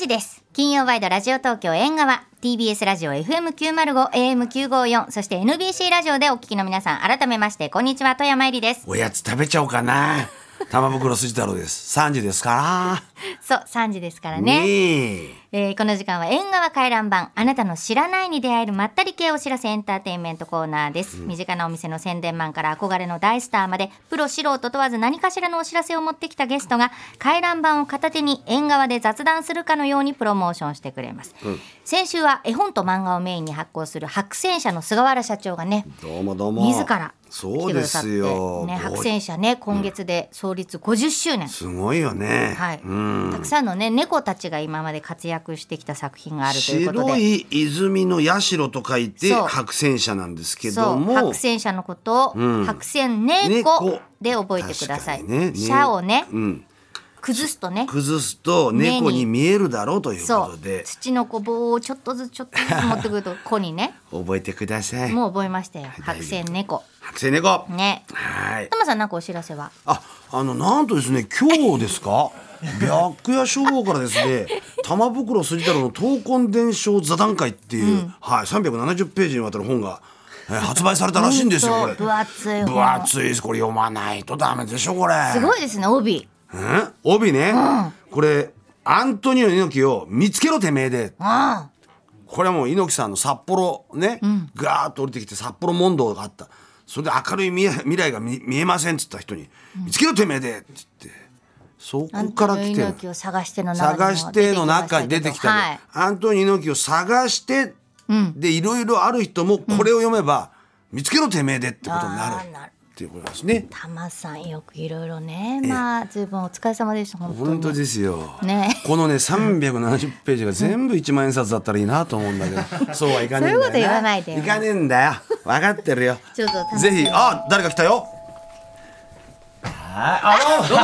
時です。金曜ワイドラジオ東京縁側 TBS ラジオ FM905 AM954 そして NBC ラジオでお聞きの皆さん、改めましてこんにちは、富山えりです。 おやつ食べちゃおうかな。玉袋筋太郎です。3時ですからそう3時ですからね。この時間は縁側回覧版、あなたの知らないに出会えるまったり系お知らせエンターテインメントコーナーです。身近なお店の宣伝マンから憧れの大スターまで、プロ素人問わず何かしらのお知らせを持ってきたゲストが回覧版を片手に縁側で雑談するかのようにプロモーションしてくれます。先週は絵本と漫画をメインに発行する白戦社の菅原社長がね、 どうもどうも自らそうですよ、 ね、白戦社ね、今月で創立50周年、 すごいよね、 はい、たくさんのね猫たちが今まで活躍してきた作品があるということで、 白い泉の社と書いて白戦社なんですけども、 白戦社のことを、白戦猫で覚えてください。社をね、崩すと猫に見えるだろうということで、 土の棒をちょっとずつ持ってくると子にね覚えてください。 もう覚えましたよ、白線猫ね。 はい、 玉さん、なんかお知らせは？ なんとですね、今日ですか白夜書房からですね玉袋筋太郎の闘魂伝承座談会っていう、370ページにわたる本が発売されたらしいんですよ。これ分厚い分厚いです。これ読まないとダメでしょ。これすごいですね、帯ね、これアントニオ猪木を見つけろてめえで、これはもう猪木さんの札幌ね、ガーッと降りてきて札幌問答があった。それで明るい未来が 見えませんっつった人に、見つけろてめえでっつって、そこから来てる。 アントニオ猪木を探しての中に出てきた、アントニオ猪木を探して、でいろいろある人もこれを読めば、見つけろてめえでってことになるっていうことですね。 玉さん、よくいろいろね、随分お疲れ様でした。 本当ですよ、 ね、 このね370ページが全部1万円札だったらいいなと思うんだけど、そうはいかねえんだよな。そういうこと言わないでよ。いかねえんだよ、分かってるよ。ぜひ、誰か来たよ。どうもラ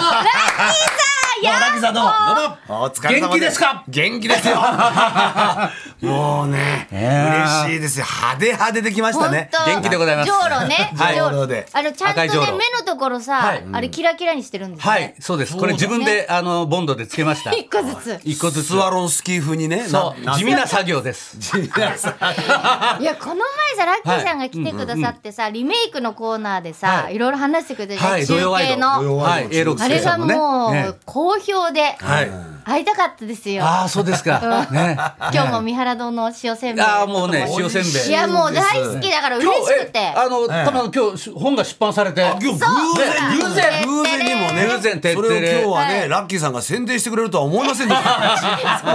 ッキーさん、どうもお疲れ様です。元気ですか？元気ですよもうね、嬉しいですよ。派手できましたね。元気でございます。 じょうろね、 じょうろで、 ちゃんとね、目のところさ、あれキラキラにしてるんですね。 はい、そうです。これ自分でボンドでつけました。 一個ずつスワロンスキー風にね。 そう地味な作業です。 いや、この前さ、ラッキーさんが来てくださってさ、リメイクのコーナーでさ、いろいろ話してくれて、中継のあれがもう好評で会いたかったですよ。 ああ、そうですか。ね。 今日も三原堂の塩せんべい。 ああ、もうね、塩せんべい。 いや、もう大好きだから嬉しくて。 今日本が出版されて。 今日偶然にもね、それを今日はね、ラッキーさんが宣伝してくれるとは思いませんでした。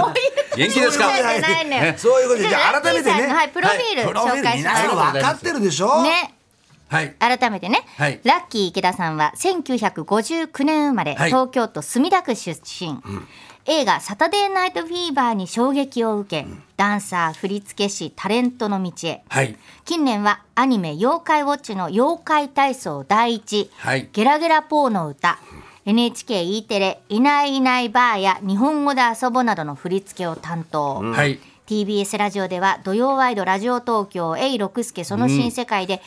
元気ですか？そういうことで、じゃあ改めてね、 プロフィール紹介します。 皆さん分かってるでしょ。 ね。改めてね、ラッキー池田さんは1959年生まれ、東京都墨田区出身。映画サタデーナイトフィーバーに衝撃を受け、ダンサー、振付師、タレントの道へ。近年はアニメ妖怪ウォッチの妖怪体操第一、ゲラゲラポーの歌、NHKE テレいないいないばあや日本語で遊ぼなどの振り付けを担当。TBS ラジオでは土曜ワイドラジオ東京永六輔その新世界で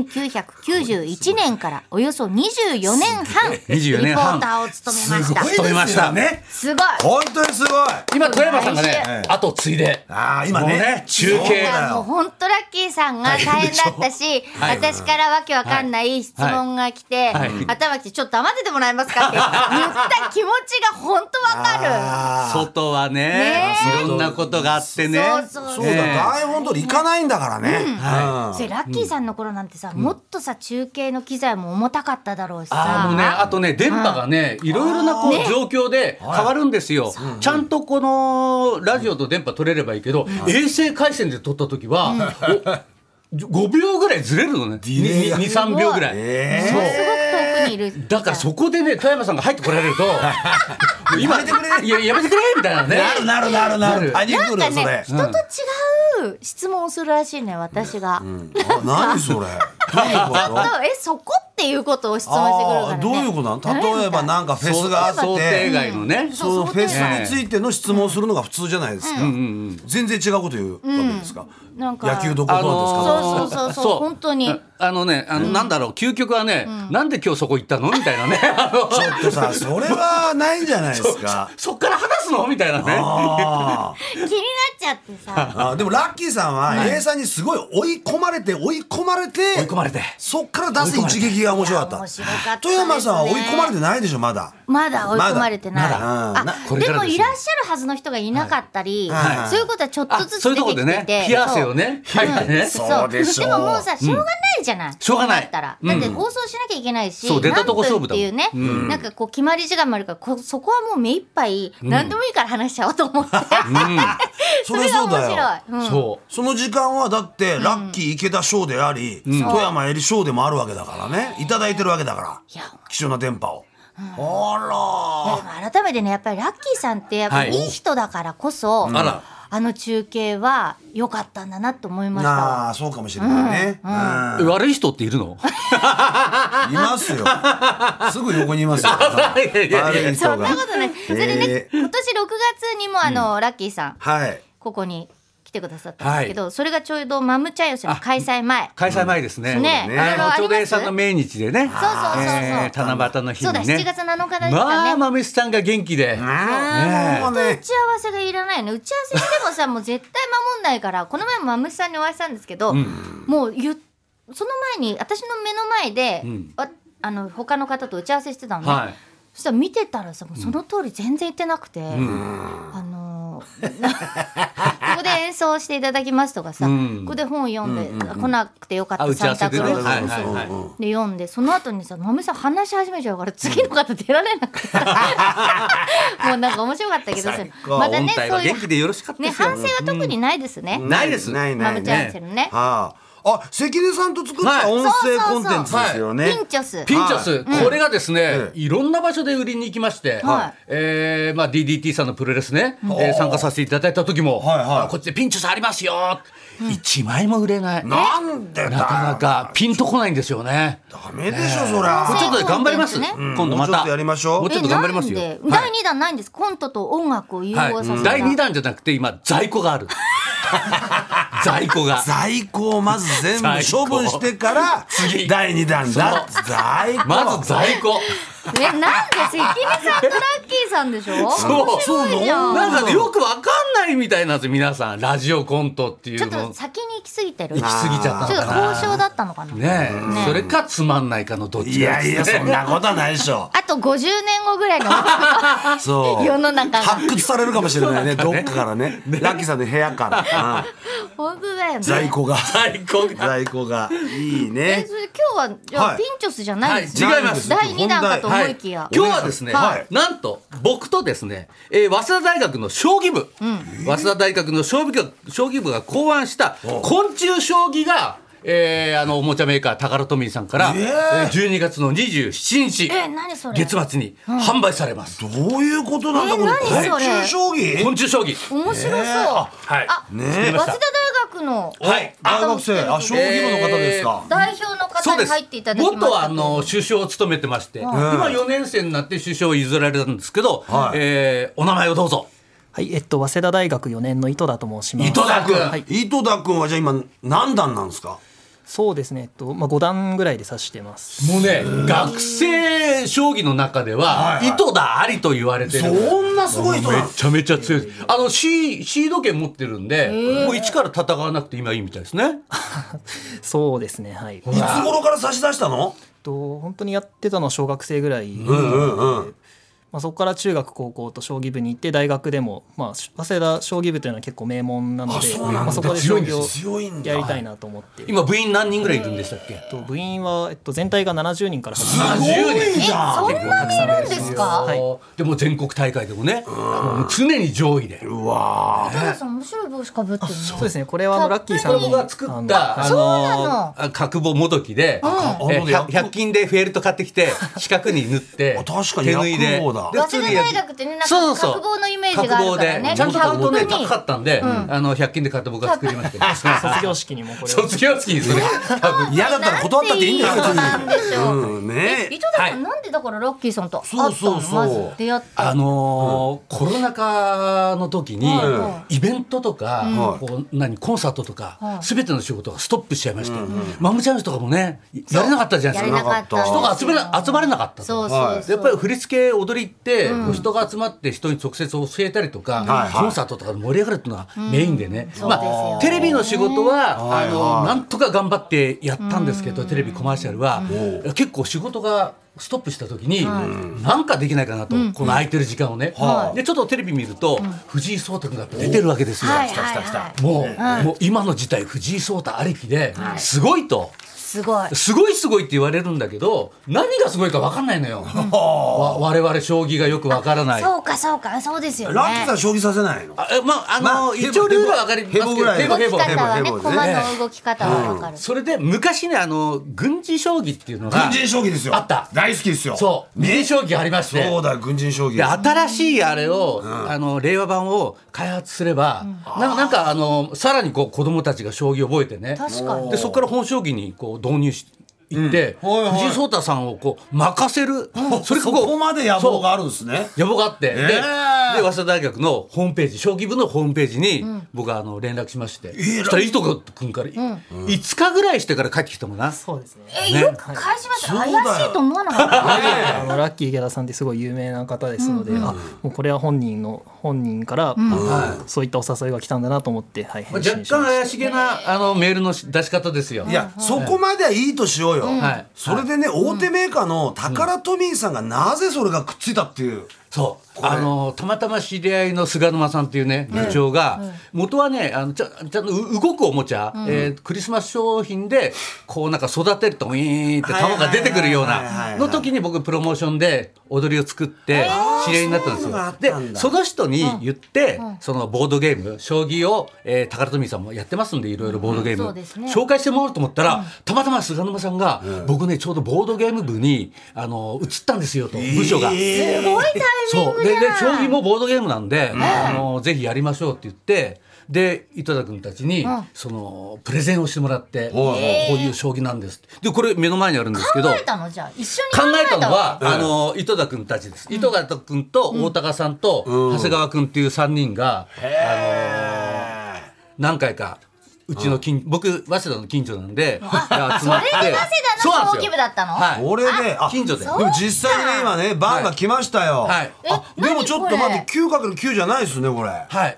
1991年からおよそ24年半リポーターを務めました。 すごいですよね。 すごい、 本当にすごい。 今富山さんがね、後継いで、 今ね、 中継もう本当ラッキーさんが大変だったし、私からわけわかんない質問が来て、頭きてちょっと黙っててもらえますかって言った気持ちが本当わかる。 外はね、いろんなことがあってね。 そうだ、台本通り行かないんだからね。 それラッキーさんの頃なんてさ、もっとさ中継の機材も重たかっただろうしさ、 あとね、電波がね、いろいろなこう状況で変わるんですよ。ちゃんとこのラジオと電波取れればいいけど、衛星回線で撮った時は5秒ぐらいずれるのね。2、3秒ぐらい。 すごく遠くにいる。 だからそこでね、富山さんが入ってこられると今やめてくれ、 いや、やめてくれみたいなね。 なる。 なんかね、人と違う質問をするらしいね、私が。 何それ。どういうこと？ そこっていうことを質問してくるからね。 どういうことなの？例えばなんかフェスがあって、 想定外のね、 そのフェスについての質問をするのが普通じゃないですか。全然違うこと言うわけですか。野球どこどうですか。 そう本当になんだろう、究極はね、なんで今日そこ行ったのみたいなね。 ちょっとさ、それはないんじゃないですか。 そっから話すすのみたいなね。 気になっちゃってさ。 でもラッキーさんは A さんにすごい追い込まれてそっから出す一撃が面白かった。 面白かったですね。 富山さんは追い込まれてないでしょまだ。 まだ追い込まれてない。でもいらっしゃるはずの人がいなかったり、そういうことはちょっとずつ出てきてて、 冷や汗をね、 そうでしょう。 でももうさ、しょうがないじゃない。 しょうがない。 だって放送しなきゃいけないし、 そう出たとこ勝負だもん。 っていうね、なんかこう決まり時間もあるからそこはもう目いっぱい何でもいいから話しちゃおうと思って。 それそうだよ。 その時間はだってラッキー池田ショーであり、富山えりショーでもあるわけだからね。いただいてるわけだから。貴重な電波を。 改めてね、やっぱりラッキーさんってやっぱいい人だからこそ、あの中継は良かったんだなと思いました。 そうかもしれないね。 悪い人っているの？ いますよ。すぐ横にいますよ。悪い人が。 そんなことない。それでね、今年6月にもラッキーさん、ここに来てくださったんですけど、それがちょうどマムチャ寄せの開催前。 開催前ですね。ちょうど A さんの命日でね。七夕の日にね。 そうだ、7月7日だったね。 まあマムシさんが元気で。 本当打ち合わせがいらないよね。打ち合わせしてもさ、もう絶対守んないから。この前もマムシさんにお会いしたんですけど、もうその前に私の目の前で他の方と打ち合わせしてたのね。そしたら見てたらさ、もうその通り全然言ってなくて、ここで演奏していただきますとかさ、ここで本読んで、来なくてよかったサンタクロースで読んで、その後にさ、まむさん話し始めちゃうから次の方出られなくてもうなんか面白かったけど、またね、そういうね、反省は特にないですね。 ないです。 まむちゃんですよね。 関根さんと作った音声コンテンツですよね。 ピンチョス、これがですね、いろんな場所で売りに行きまして、DDT さんのプロレスね、参加させていただいた時も、こっちでピンチョスありますよ、1枚も売れない。 なんでだ、 なかなかピンとこないんですよね。 ダメでしょそりゃ。 ちょっと頑張ります。今度またもうちょっとやりましょう。 もうちょっと頑張りますよ。 第2弾ないんです。コントと音楽を融合させた。 第2弾じゃなくて今在庫がある。在庫をまず全部処分してから第2弾だ。 まず在庫。 なんで関根さんとラッキーさんでしょ。 そうなんかよくわかんないみたいなんです。皆さんラジオコントっていうのちょっと先に行き過ぎてる。 行き過ぎちゃったのかな。 ちょっと交渉だったのかな。 ねえ、それかつまんないかのどっちか。 いやそんなことはないでしょ。 あと50年後ぐらいの世の中が発掘されるかもしれないね。どっかからね。ラッキーさんの部屋から。 本当だよね。 在庫がいいね。 それ今日はピンチョスじゃないです。 違います。 第2弾かと思いきや。 今日はですね、なんと僕とですね、早稲田大学の将棋部、早稲田大学の将棋部が考案した昆虫将棋が、おもちゃメーカータカラトミーさんから12月の27日月末に販売されます。 どういうことなんだこれ。昆虫将棋。 面白そう。早稲田大学の大学生、将棋部の方ですか。 代表の方に入っていただきました。 元首相を務めてまして、今4年生になって首相を譲られたんですけど、お名前をどうぞ。 はい、早稲田大学4年の井戸田と申します。 井戸田君はじゃあ今何段なんですか。 そうですね、5段ぐらいで指してます。 もうね、学生将棋の中では井戸田ありと言われてる。 そんなすごい人。 めちゃめちゃ強い。シード権持ってるんで、もう一から戦わなくて今いいみたいですね。 そうですね、はい。いつ頃から指し出したの？ 本当にやってたのは小学生ぐらい。そこから中学高校と将棋部に行って、大学でも、早稲田将棋部というのは結構名門なので、そこで将棋をやりたいなと思って。 今部員何人ぐらいいるんでしたっけ？ 部員は、全体が70人から80 人。すごいじゃん。 そんなにいるんですか？ でも全国大会でもね、常に上位で。 うわー。面白い帽子かぶってるね。 そうですね、これはラッキーさんが作った角棒もどきで、100均でフェルト買ってきて四角に塗って手縫いで。 早稲田大学ってね、なんか角棒のイメージがあるからね。 ちゃんと買うとね高かったんで、100均で買って僕が作りました。 卒業式にもこれ。 卒業式にそれ。 嫌だったら断ったっていいんだよ。 井戸田君なんでだからラッキーさんと会ったの？まず出会って。 コロナ禍の時にイベントとかコンサートとか全ての仕事がストップしちゃいまして、マムチャンスとかもねやれなかったじゃないですか。人が集まれなかった。やっぱり振り付け踊り行って、人が集まって人に直接教えたりとか、コンサートとかで盛り上がるっていうのがメインでね、テレビの仕事はなんとか頑張ってやったんですけど、テレビコマーシャルは結構仕事がストップした時になんかできないかなと、この空いてる時間をね、でちょっとテレビ見ると藤井聡太君が出てるわけですよ。もう今の時代藤井聡太ありきですごいと。すごいって言われるんだけど、何がすごいか分かんないのよ。我々将棋がよく分からない。 そうですよね。 ラッキーさん将棋させないの？ 一応ルールは分かりますけど、 駒の動き方は分かる。 それで昔ね、軍事将棋っていうのが軍人将棋ですよ。 あった。 大好きですよ。 そう軍人将棋ありまして、 そうだ軍人将棋で新しいあれを令和版を開発すれば、なんかさらにこう子供たちが将棋を覚えてね、でそこから本将棋にこう導入して行って、藤井聡太さんをこう任せる、 そこまで野望があるんですね。 野望があって、で早稲田大学のホームページ、将棋部のホームページに僕は連絡しまして、そしたらいとこ君から5日ぐらいしてから帰ってきたもんな。 そうですね。 よく返しました。怪しいと思わなかった。 ラッキー池田さんってすごい有名な方ですので、もうこれは本人からそういったお誘いが来たんだなと思って、 若干怪しげなメールの出し方ですよ。 いや、そこまではいいとしようよ。それでね、大手メーカーのタカラトミーさんがなぜそれがくっついたっていう。 そうたまたま知り合いの菅沼さんっていうね部長が、元はねちゃんと動くおもちゃ、クリスマス商品でこうなんか育てるとウィーンって玉が出てくるようなの時に僕プロモーションで踊りを作って知り合いになったんですよ。でその人に言って、そのボードゲーム将棋をタカラトミーさんもやってますんで、いろいろボードゲーム、紹介してもらおうと思ったら、たまたま菅沼さんが、僕ねちょうどボードゲーム部に移ったんですよと、部署が。 すごいタイミングで将棋もボードゲームなんで、ぜひやりましょうって言って、で井戸田君たちにそのプレゼンをしてもらって、こういう将棋なんですって。でこれ目の前にあるんですけど、 考えたのじゃあ一緒に考えたのは井戸田君たちです。井戸田君と大高さんと長谷川君っていう3人が何回かうちの僕早稲田の近所なんで集まって、 それで早稲田の将棋部だったの？ これで近所で。 でも実際にね今ね番が来ましたよ。でもちょっと待って、 9×9 じゃないですねこれ。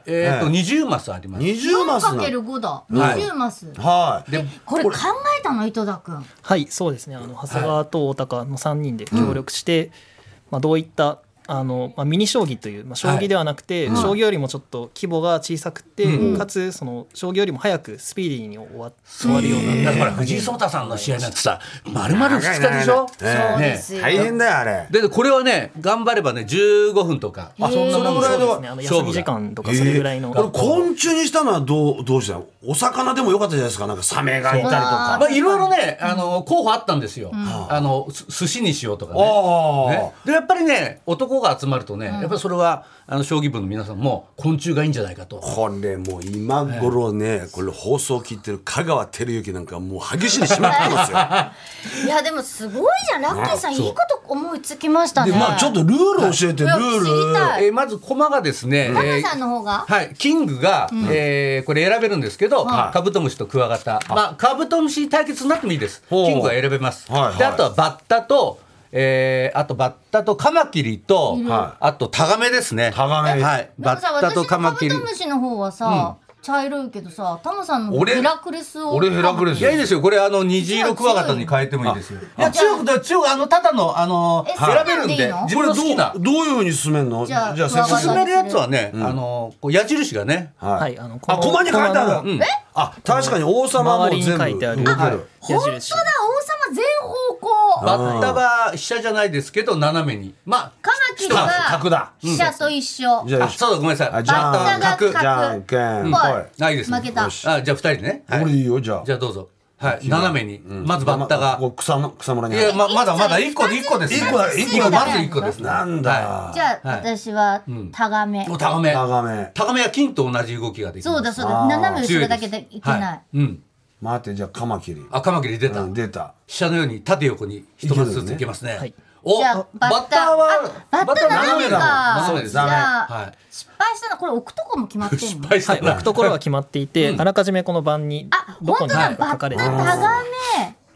20マスあります。 20マス 4×5 だ。20マス。 でこれ考えたの井戸田君？ はい、そうですね。長谷川と大高の3人で協力して、どういったミニ将棋という、将棋ではなくて、将棋よりもちょっと規模が小さくて、かつその将棋よりも早くスピーディーに終わるような。 だから藤井聡太さんの試合なんてさ、丸々2日でしょ。 そうですよ。 大変だよあれ。 でこれはね頑張ればね15分とか、 そんなもんぐらいの休み時間とかそれぐらいの。 これ昆虫にしたのはどうしたの？お魚でもよかったじゃないですか。なんかサメがいたりとか。 いろいろね候補あったんですよ。寿司にしようとかね。でやっぱりね男が集まるとね、やっぱりそれは将棋部の皆さんも昆虫がいいんじゃないかと。 これもう今頃ね、これ放送を聞いてる香川照之なんかもう激しにしまってますよ。 いやでもすごいじゃん、ラッキーさん、いいこと思いつきましたね。 でちょっとルール教えて、ルール。 まず駒がですね、 タカさんの方がキングがこれ選べるんですけど、カブトムシとクワガタ、カブトムシ対決になってもいいです。キングが選べます。であとはバッタとカマキリと、あとタガメですね。 タガメ。 バッタとカマキリ。 カブトムシの方はさ、茶色いけどさ、タムさんのヘラクレスを。 俺ヘラクレス。 いやいいですよ。これ虹色クワガタに変えてもいいですよ。いや中国ただの選べるんで、自分の好きな。 どういう風に進めるの？ じゃあ進めるやつはね、矢印がね。 駒に書いてある。確かに王様も全部書いてある。 本当だ、王様全方向。 バッタは飛車じゃないですけど斜めに。 カマキリは飛車と一緒。 そうだ、ごめんなさい。 バッタが角。じゃんけんぽい。 いいですね。 負けた。 じゃあ2人ね。 俺いいよじゃあ。 じゃあどうぞ。斜めに。まずバッタが。 草むらに。 いやまだ1個ですね。まず1個ですね。 なんだ。 じゃあ私はタガメ。 タガメは金と同じ動きができる。 そうだ斜め後ろだけでいけない。 待って、じゃあカマキリ。 カマキリ出た。飛車のように縦横に一マスずついけますね。 じゃあバッタ斜めか。 そうです。 じゃあ失敗したのこれ置くとこも決まってんの？ 置くところは決まっていて、あらかじめこの盤にどこに書かれてます。 タガメ。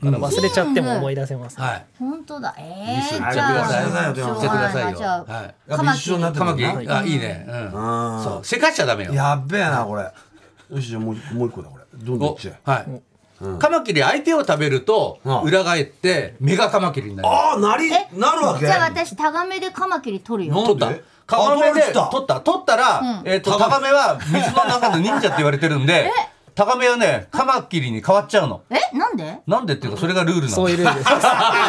から忘れちゃっても思い出せます、 はい。 本当だ。 一緒に行っちゃってください。 じゃあ行っちゃってくださいよ。 じゃあはい。 やっぱ一緒になってるカマキリ、 な。 あ、いいね。そう、せかしちゃダメよ。 やっべえなこれ。よしじゃあもう一個だこれ。どんどんいっちゃえ。 はい。カマキリ相手を食べると裏返ってメガカマキリになる。 ああなるわけ。 じゃあ私タガメでカマキリ取るよ。 取った。カマメで取ったらタガメは水の中の忍者って言われてるんで。タガメはねカマキリに変わっちゃうの。 なんで？ なんでっていうかそれがルールなの。 そういうルールです。 変わっち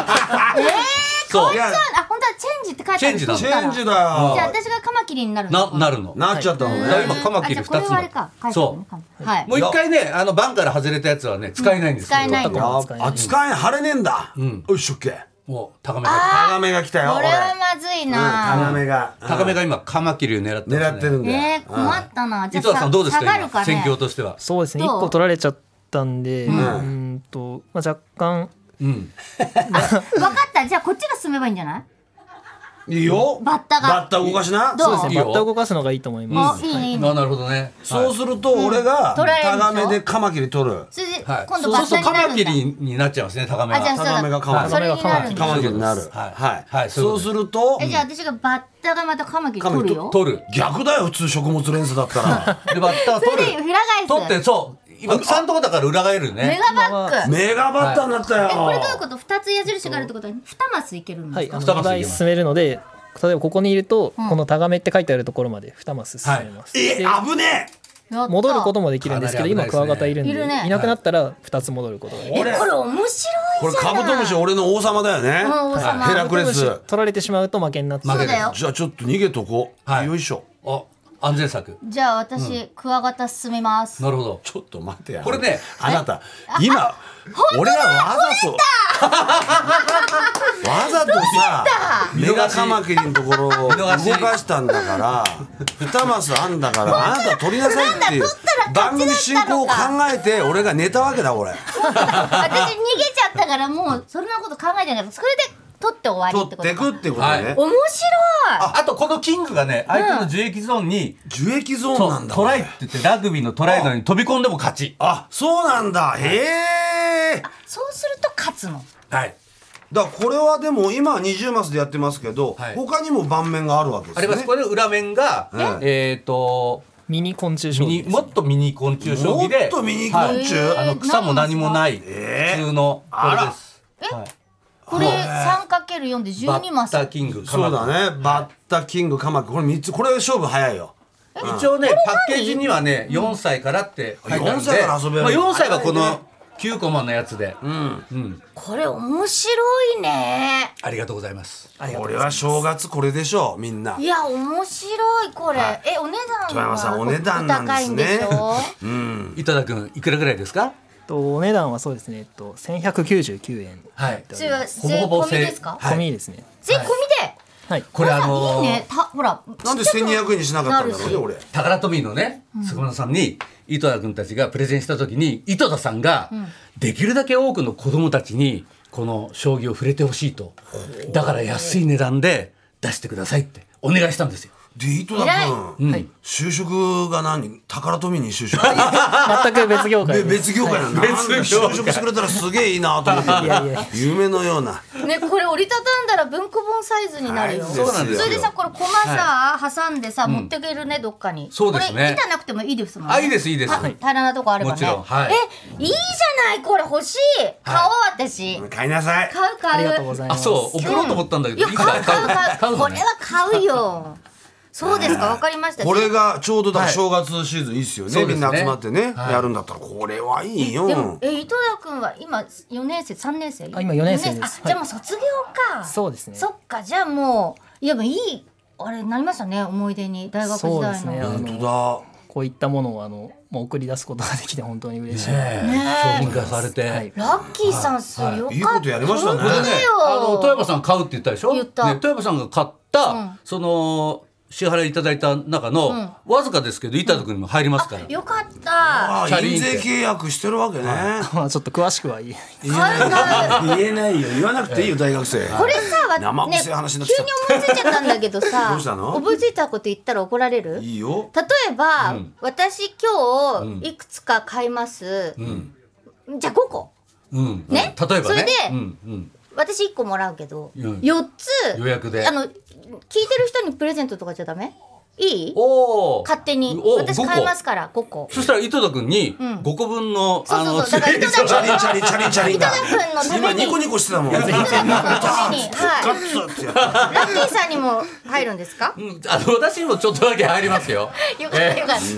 ゃう。あ本当はチェンジって書いてある。 チェンジだよ。 じゃあ私がカマキリになるの。 なるの。 なっちゃったのね。 今カマキリ2つの。そう。 はい。 もう一回ねバンから外れたやつはね使えないんですよ。 使えないの。 使え貼れねえんだ。よしオッケー。 もうタガメが来たよ。 これはまずいな。 タガメが今カマキリを狙ってるんで。 困ったな。 伊藤さんどうですか今戦況としては。 そうですね1個取られちゃったんで若干分かった。じゃあこっちが進めばいいんじゃない？ いいよ。 バッタ動かしな。 そうですね。バッタ動かすのがいいと思います。 いいね。 なるほどね。 そうすると俺がタガメでカマキリ取る。 今度バッタになるんだ。 カマキリになっちゃいますね。タガメが。 タガメがカマキリになる。はい。そうすると。 じゃあ私がバッタがまたカマキリ取るよ。 取る。 逆だよ普通食物連鎖だったら。 でバッタ取る。 裏返す。 取ってそう。今草のとこだから裏返るね。 メガバック。 メガバッターになったよ。 これどういうこと？2つ矢印があるってことは2マスいけるんですか？ はい。2倍進めるので。例えばここにいると、このタガメって書いてあるところまで2マス進めます。 危ねえ。 戻ることもできるんですけど、今クワガタいるんでいなくなったら2つ戻ることができる。 これ面白いじゃない。 これカブトムシ俺の王様だよね。ヘラクレス。 取られてしまうと負けになって。 そうだよ。 じゃあちょっと逃げとこう。よいしょ。 安全策。 じゃあ私クワガタ進めます。 なるほど。 ちょっと待ってや。 これねあなた今俺がわざとさメガカマキリのところを動かしたんだから2マスあんだからあなた取りなさいっていう番組進行を考えて俺が寝たわけだ俺。 私逃げちゃったからもうそんなこと考えてない。それで取って終わりってことか。 取ってくってことね。 面白い。 あとこのキングがね相手の樹液ゾーンに樹液ゾーンなんだ。 トライって言ってラグビーのトライのように飛び込んでも勝ち。 あ、そうなんだ。へえ。 そうすると勝つの。 はい。 だからこれはでも今20マスでやってますけど他にも盤面があるわけですね。 あります。これ裏面がミニ昆虫将棋。 もっとミニ昆虫将棋で。 もっとミニ昆虫。 草も何もない普通のこれです。 これ 3×4 で12マス。 バッタキングそうだね。バッタキングカマキリこれ3つ。これ勝負早いよ。 一応ねパッケージにはね4歳からって書いてあるんで。 4歳から遊べる。 4歳はこの9コマのやつで。 これ面白いね。 ありがとうございます。 これは正月これでしょうみんな。 いや面白いこれ。お値段は富山さんお値段なんですね。 井戸田君いくらぐらいですか？ お値段はそうですね。1199円。 はい。 税込みですか？ 込みですね。 税込みで。 はい。 これいいね。ほら。 なんで1200円にしなかったんだろうね俺。 タカラトミーのね菅野さんに井戸田君たちがプレゼンした時に井戸田さんができるだけ多くの子供たちにこの将棋を触れてほしいと。だから安い値段で出してくださいってお願いしたんですよ。 で井戸田君就職が何タカラトミーに就職全く別業界別業界なんだ。就職してくれたらすげえいいなと思って夢のようなね。これ折りたたんだら文庫本サイズになるよ。 そうなんですよ。 それでさこれコマさ挟んでさ持ってけるねどっかに。 そうですね。 これ板なくてもいいですもんね。 いいですいいです。 平らなとこあればね。 もちろん。 いいじゃないこれ欲しい。買おう私。 買いなさい。 買う。 ありがとうございます。 そう送ろうと思ったんだけど。 いや買う。これは買うよ。そうですか、わかりました。 これがちょうどだ正月シーズンいいっすよね。みんな集まってねやるんだったらこれはいいよ。 でも伊藤田君は今4年生3年生？ 今4年生です。 じゃあもう卒業か。 そうですね。 そっかじゃあもういやもういいあれなりましたね思い出に大学時代の。 そうですね。 本当だ。 こういったものをもう送り出すことができて本当に嬉しい。 商品化されて。 ラッキーさんすごいよかった。 いいことやりましたね。 富山さん買うって言ったでしょ。 言った。 富山さんが買ったその支払いいただいた中のわずかですけど井戸田君にも入りますから。 よかった。 印税契約してるわけね。 ちょっと詳しくは言えないよ。言わなくていいよ大学生。 これさ生臭い話になっちゃった。 急に思いついちゃったんだけどさ。 どうしたの？ 思いついたこと言ったら怒られる？ いいよ。 例えば私今日いくつか買います。じゃあ5個。 ね、 例えばね。それで、私1個もらうけど、4つ予約で聞いてる人にプレゼントとかじゃダメ？いい？勝手に私買いますから5個。 そしたら井戸田君に5個分のだから井戸田君の今ニコニコしてたもん。井戸田君のためにラッキーさんにも入るんですか？ 私にもちょっとだけ入りますよ。 よかったよかった。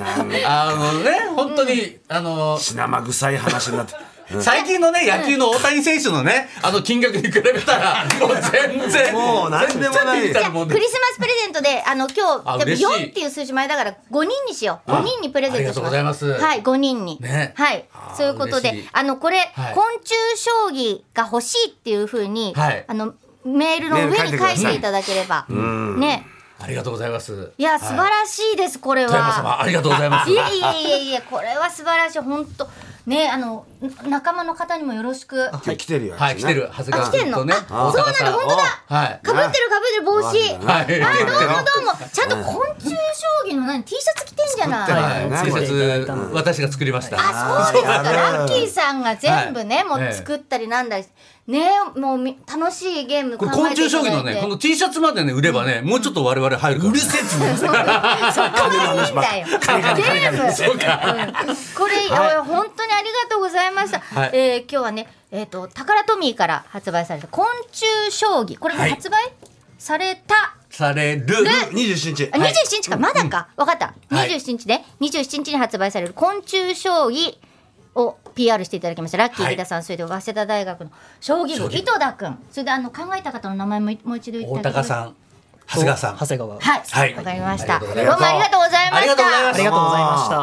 本当に血生臭い話になって。 最近のね野球の大谷選手のね金額に比べたらもう全然もう何でもない。 じゃあクリスマスプレゼントで今日4っていう数字前だから5人にしよう。5人にプレゼントします。 ありがとうございます。 はい、5人に。はい、そういうことでこれ昆虫将棋が欲しいっていう風にメールの上に書いていただければね。 ありがとうございます。 いや素晴らしいですこれは。 富山様ありがとうございます。 いやこれは素晴らしい本当。ね仲間の方にもよろしく。 来てるよ。 はい来てる。長谷川君とね。 そうなんだ本当だ。かぶってる帽子。はいどうもちゃんと昆虫将棋のTシャツ着てんじゃない。 T シャツ私が作りました。 そうですか。ラッキーさんが全部ねもう作ったりなんだりねもう楽しいゲーム考えていただいて。 昆虫将棋のねこの T シャツまでね売ればねもうちょっと我々入るから。 うるせえっつうの。 そこはいいんだよ。ゲームこれ本当にありがとうございました。今日はねタカラトミーから発売された昆虫将棋これ発売される 27日 27日かまだか分かった27日で27日に発売される昆虫将棋を PR していただきましたラッキー池田さん、それで早稲田大学の将棋部井戸田君、それで考えた方の名前もう一度言って大高さん長谷川さん長谷川はいわかりました。どうもありがとうございました。 ありがとうございました。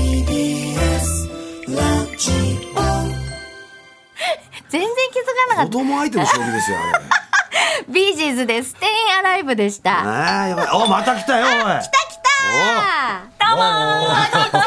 全然気づかなかった。 子供相手の将棋ですよあれ。 ビージーズでステインアライブでした。 やばい。また来たよおい。 来たどうもこんにち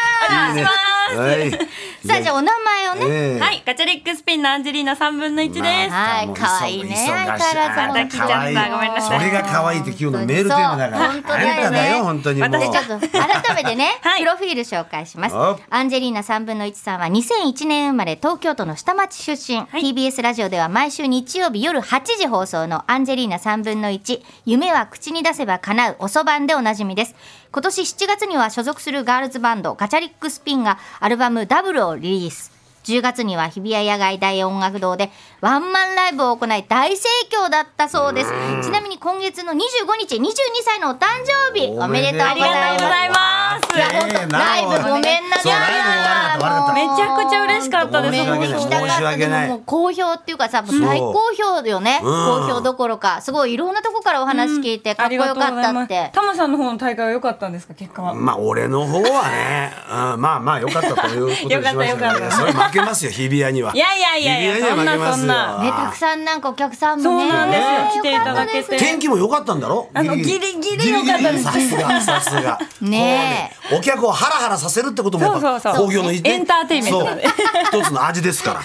は。さあじゃあお名前をね。 はいガチャリックスピンのアンジェリーナ3分の1です。 はい可愛いね相変わらずまた来ちゃったごめんなさい。 それが可愛いって今日のメールテーマだから。 本当だよね。 本当にもう。 私ちょっと改めてねプロフィール紹介します。アンジェリーナ3分の1さんは2001年生まれ東京都の下町出身。TBS ラジオでは毎週日曜日夜8時放送のアンジェリーナ3分の1夢は口に出せば叶うおそばんでおなじみです。今年7月には所属するガールズバンドガチャリックスピンがアルバムダブルをリリース。10月には日比谷野外大音楽堂でワンマンライブを行い大盛況だったそうです。ちなみに今月の25日22歳のお誕生日おめでとうございます。 ありがとうございます。 いや本当ライブごめんなさい。 めちゃくちゃ嬉しかったです。 行きたかったけどもう好評っていうかさ大好評よね。好評どころかすごいいろんなとこからお話聞いてかっこよかったって。 タマさんの方の大会は良かったんですか結果は。 まあ俺の方はねまあ良かったということでしましたね。それ負けますよ日比谷には。 いやそんなねたくさんなんかお客さんもね。 そうなんですよ来ていただけて。 天気も良かったんだろ。 ギリギリ良かったです。 さすがねお客をハラハラさせるってこともやっぱ興行のエンターテインメントなんで一つの味ですから。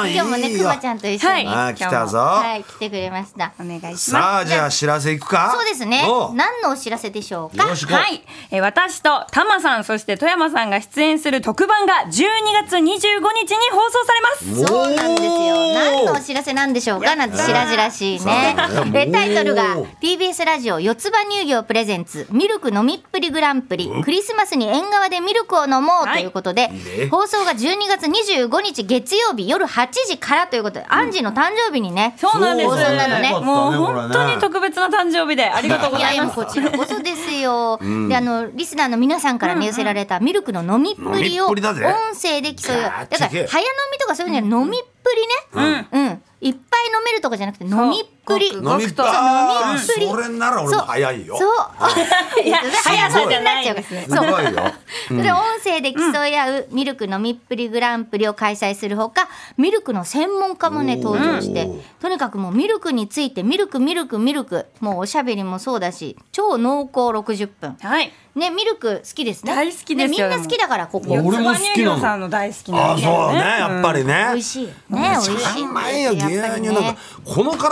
今日もねくまちゃんと一緒に来たぞ。 はい来てくれました。 お願いします。 さあじゃあ知らせいくか。 そうですね。何のお知らせでしょうか。 はい私とタマさんそして富山さんが出演する特番が12月25日に放送されます。 そうなんですよ。何のお知らせなんでしょうかなんて白々しいね。タイトルが TBS ラジオ四つ葉乳業プレゼンツミルク飲みっぷりグランプリクリスマスに縁側でミルクを飲もうということで、放送が12月25日月曜日夜8時からということでアンジーの誕生日にねそうなんです。 放送なのね。 もう本当に特別な誕生日でありがとうございます。 こちらこそですよ。でリスナーの皆さんからね寄せられたミルクの飲みっぷりを音声で競い合う。だから早飲みとかそういうの飲みっぷりね。いっぱい飲めるとかじゃなくて飲みっぷり。 飲みっぷり。それなら俺も早いよ。 そう。速さじゃないです。そう。で音声で競い合うミルク飲みっぷりグランプリを開催するほか、ミルクの専門家もね登場して、とにかくもうミルクについてミルクもうおしゃべりもそうだし、超濃厚60分。 はい。 ねミルク好きですね。 大好きですよ。 みんな好きだからここ。 俺も好きなの。 さんの大好きなそうねやっぱりね。 美味しいね美味しい。 うまいよ牛乳なんかこの体があるの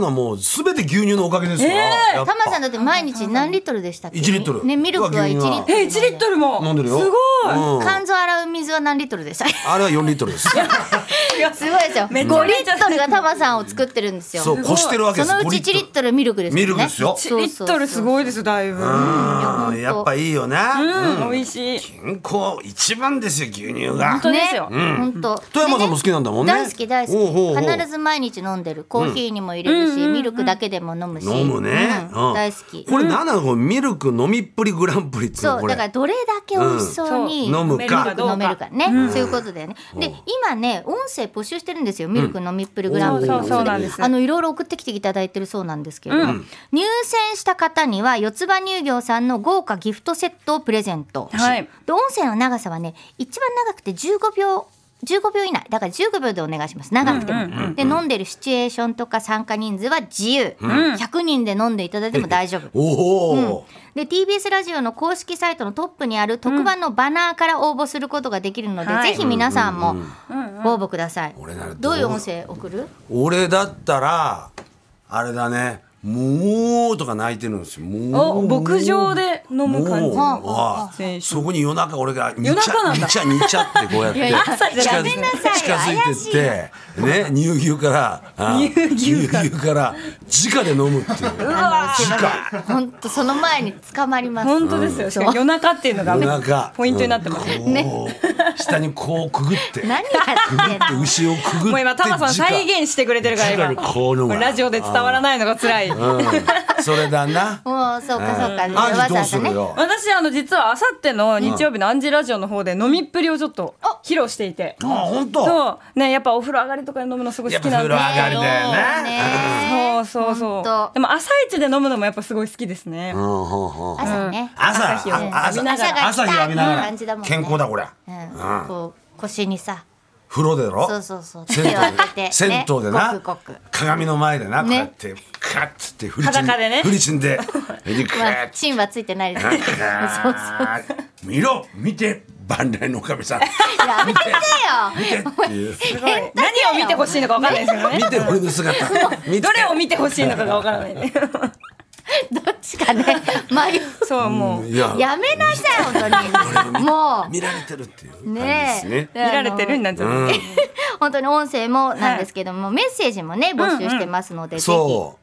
のはもう全て牛乳のおかげですよ、やっぱタマさんだって毎日何リットルでしたっけ？ 1リットルね、ミルクは1リットル。 1リットルも飲んでるよ。 すごい、 肝臓洗う水は何リットルでしたっけ？ あれは4リットルです。 すごいですよ。5リットルがタマさんを作ってるんですよ。 そう、こしてるわけです。 そのうち1リットルミルクですもんね。 ミルクですよ。 1リットルすごいですだいぶ。 やっぱいいよな。 美味しい。 健康一番ですよ、牛乳が。 本当ですよ。 本当。 富山さんも好きなんだもんね。 大好き大好き。必ず毎日飲んでる。コーヒーにも入れるし、ミルクだけでも飲むし。 飲むね。 大好き。 これ何なの？ミルク飲みっぷりグランプリっていうのそう、 これ。 だからどれだけ美味しそうに飲むか飲めるかね。そういうことだよね。で、今ね、音声募集してるんですよ。ミルク飲みっぷりグランプリ。 そうなんです。 いろいろ送ってきていただいてるそうなんですけれども、入選した方には四つ葉乳業さんの豪華ギフトセットをプレゼント。 はい。 で、音声の長さはね、一番長くて15秒以内だから15秒でお願いします。長くても、で飲んでるシチュエーションとか参加人数は自由、100人で飲んでいただいても大丈夫。で TBS ラジオの公式サイトのトップにある特番のバナーから応募することができるので、ぜひ皆さんもご応募ください。どういう音声送る？ 俺だったらあれだね、もうとか泣いてるんですよ。もう牧場で飲む感じ。 そこに夜中俺がにちゃってこうやって近づいてってね、乳牛から直で飲むっていう。 本当その前に捕まります。 本当ですよ。しかも夜中っていうのがポイントになってますね。下にこうくぐって何やってんの？ 牛をくぐって。 もう今タマさん再現してくれてるから今。ラジオで伝わらないのが辛い。 それだな。 もうそうかそうか。 どうするよ。 私実はあさっての日曜日のアンジラジオの方で飲みっぷりをちょっと披露していて。 本当。 そうね、やっぱお風呂上がりとかで飲むのすごい好きなんで。 風呂上がりだよね。 そうでも朝一で飲むのもやっぱすごい好きですね。 朝ね。 朝日浴びながら健康だこれ。 こう腰にさ。 風呂でろ。 そう手を当てて銭湯でな、鏡の前でな、こうやってカッつってフリチンでチンはついてないです。 見ろ見て万来のおかみさん。 やめてよ。 見てっていう。 すごい。何を見てほしいのか分かんないですよね。 見て俺の姿。どれを見てほしいのかが分からないね。 どっちかね、 そうもうやめなさい本当に。もう見られてるっていうね。見られてるになっちゃう。 本当に音声もなんですけども、メッセージもね募集してますので、ぜひ。効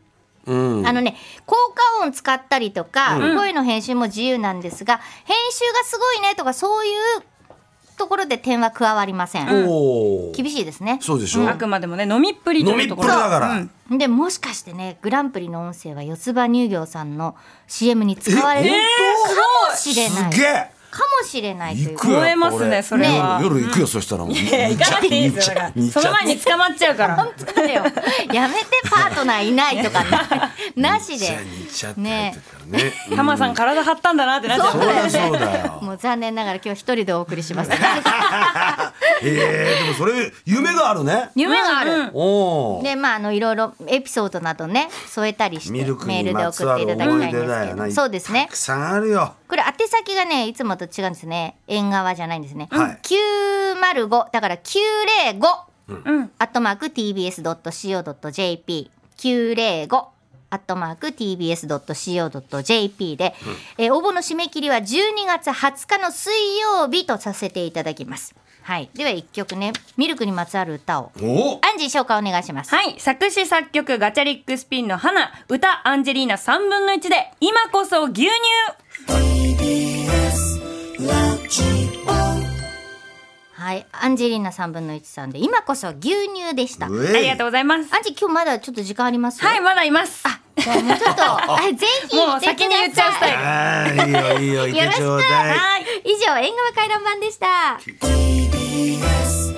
果音使ったりとか、声の編集も自由なんですが、編集がすごいねとかそういうところで点は加わりません。厳しいですね。 そうでしょ。 あくまでもね飲みっぷりというところだから。 でもしかしてね、グランプリの音声は四つ葉乳業さんの CM に使われるかもしれない。 すげえ。 かもしれないという。 思えますね、それは。 夜行くよ、そしたらもう。 行かなくていいですよ。その前に捕まっちゃうから。 本当だよ。やめてパートナーいないとかなしで。 ね。 タマさん体張ったんだなってなっちゃう。 そうだよ。 もう残念ながら今日一人でお送りしました。 でもそれ夢があるね。 夢がある。でいろいろエピソードなどね添えたりしてメールで送っていただきたいんですけど、そうですね。 たくさんあるよ。 これ宛先がねいつもと違うんですね。縁側じゃないんですね。905だから905@tbs.co.jp 905@tbs.co.jp で、応募の締め切りは12月20日の水曜日とさせていただきます。はい、では一曲ね、ミルクにまつわる歌をアンジー紹介お願いします。 はい、作詞作曲ガチャリックスピンの花、歌アンジェリーナ3分の1で今こそ牛乳。 はい、アンジェリーナ3分の1さんで今こそ牛乳でした。ありがとうございます。 アンジー今日まだちょっと時間あります？ はい、まだいます。 じゃあもうちょっとぜひもう先に言っちゃうスタイル。 いいよいいよ、いけちょうだい。 以上縁側回覧版でした。